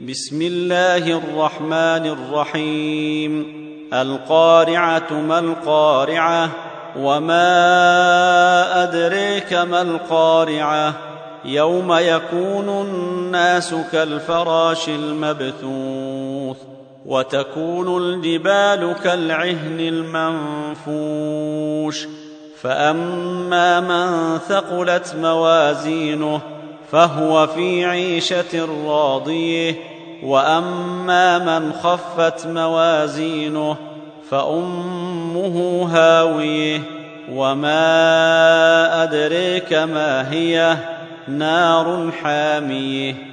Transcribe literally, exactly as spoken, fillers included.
بسم الله الرحمن الرحيم. القارعة ما القارعة وما أدريك ما القارعة يوم يكون الناس كالفراش المبثوث وتكون الجبال كالعهن المنفوش فأما من ثقلت موازينه فهو في عيشة راضية وأما من خفت موازينه فأمه هاوية وما أدريك ما هي نار حامية.